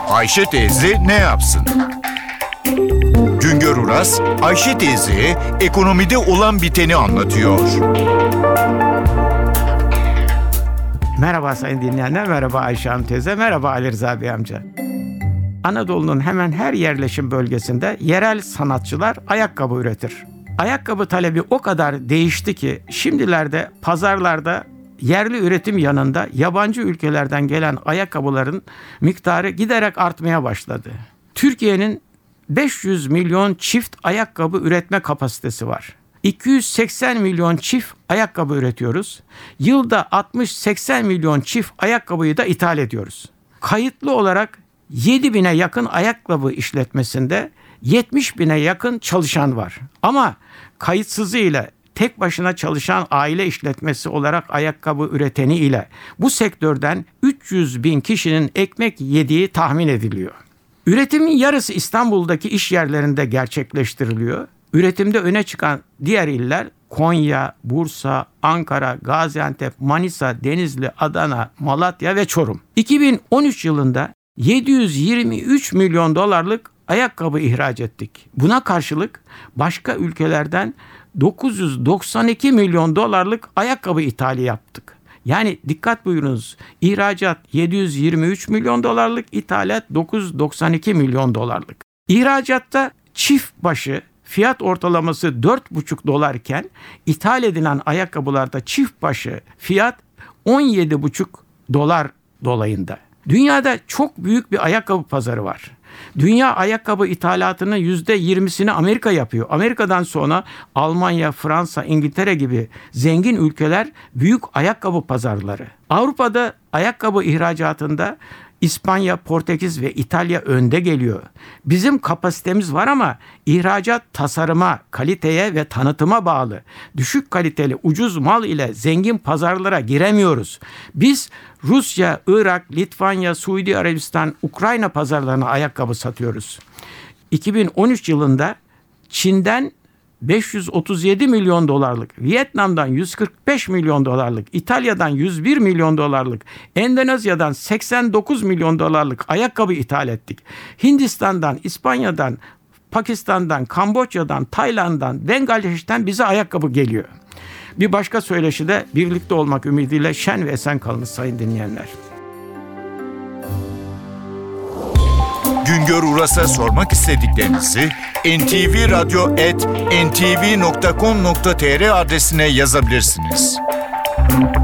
Ayşe teyze ne yapsın? Güngör Uras, Ayşe teyzeye ekonomide olan biteni anlatıyor. Merhaba sayın dinleyenler, merhaba Ayşe Hanım teyze, merhaba Ali Rıza Bey amca. Anadolu'nun hemen her yerleşim bölgesinde yerel sanatçılar ayakkabı üretir. Ayakkabı talebi o kadar değişti ki şimdilerde pazarlarda yerli üretim yanında yabancı ülkelerden gelen ayakkabıların miktarı giderek artmaya başladı. Türkiye'nin 500 milyon çift ayakkabı üretme kapasitesi var. 280 milyon çift ayakkabı üretiyoruz. Yılda 60-80 milyon çift ayakkabıyı da ithal ediyoruz. Kayıtlı olarak 7.000'e yakın ayakkabı işletmesinde 70.000'e yakın çalışan var. Ama kayıtsızı ile tek başına çalışan aile işletmesi olarak ayakkabı üreteni ile bu sektörden 300.000 kişinin ekmek yediği tahmin ediliyor. Üretimin yarısı İstanbul'daki iş yerlerinde gerçekleştiriliyor. Üretimde öne çıkan diğer iller Konya, Bursa, Ankara, Gaziantep, Manisa, Denizli, Adana, Malatya ve Çorum. 2013 yılında 723 milyon dolarlık ayakkabı ihraç ettik. Buna karşılık başka ülkelerden 992 milyon dolarlık ayakkabı ithali yaptık. Yani dikkat buyurunuz, ihracat 723 milyon dolarlık, ithalat 992 milyon dolarlık. İhracatta çift başı fiyat ortalaması 4,5 dolarken ithal edilen ayakkabılarda çift başı fiyat 17,5 dolar dolayında. Dünyada çok büyük bir ayakkabı pazarı var. Dünya ayakkabı ithalatının %20'sini Amerika yapıyor. Amerika'dan sonra Almanya, Fransa, İngiltere gibi zengin ülkeler büyük ayakkabı pazarları. Avrupa'da ayakkabı ihracatında İspanya, Portekiz ve İtalya önde geliyor. Bizim kapasitemiz var ama ihracat tasarıma, kaliteye ve tanıtıma bağlı. Düşük kaliteli, ucuz mal ile zengin pazarlara giremiyoruz. Biz Rusya, Irak, Litvanya, Suudi Arabistan, Ukrayna pazarlarına ayakkabı satıyoruz. 2013 yılında Çin'den 537 milyon dolarlık, Vietnam'dan 145 milyon dolarlık, İtalya'dan 101 milyon dolarlık, Endonezya'dan 89 milyon dolarlık ayakkabı ithal ettik. Hindistan'dan, İspanya'dan, Pakistan'dan, Kamboçya'dan, Tayland'dan, Bangladeş'ten bize ayakkabı geliyor. Bir başka söyleşide birlikte olmak ümidiyle şen ve esen kalınız sayın dinleyenler. Güngör Uras'a sormak istediklerinizi ntvradyo@ntv.com.tr adresine yazabilirsiniz.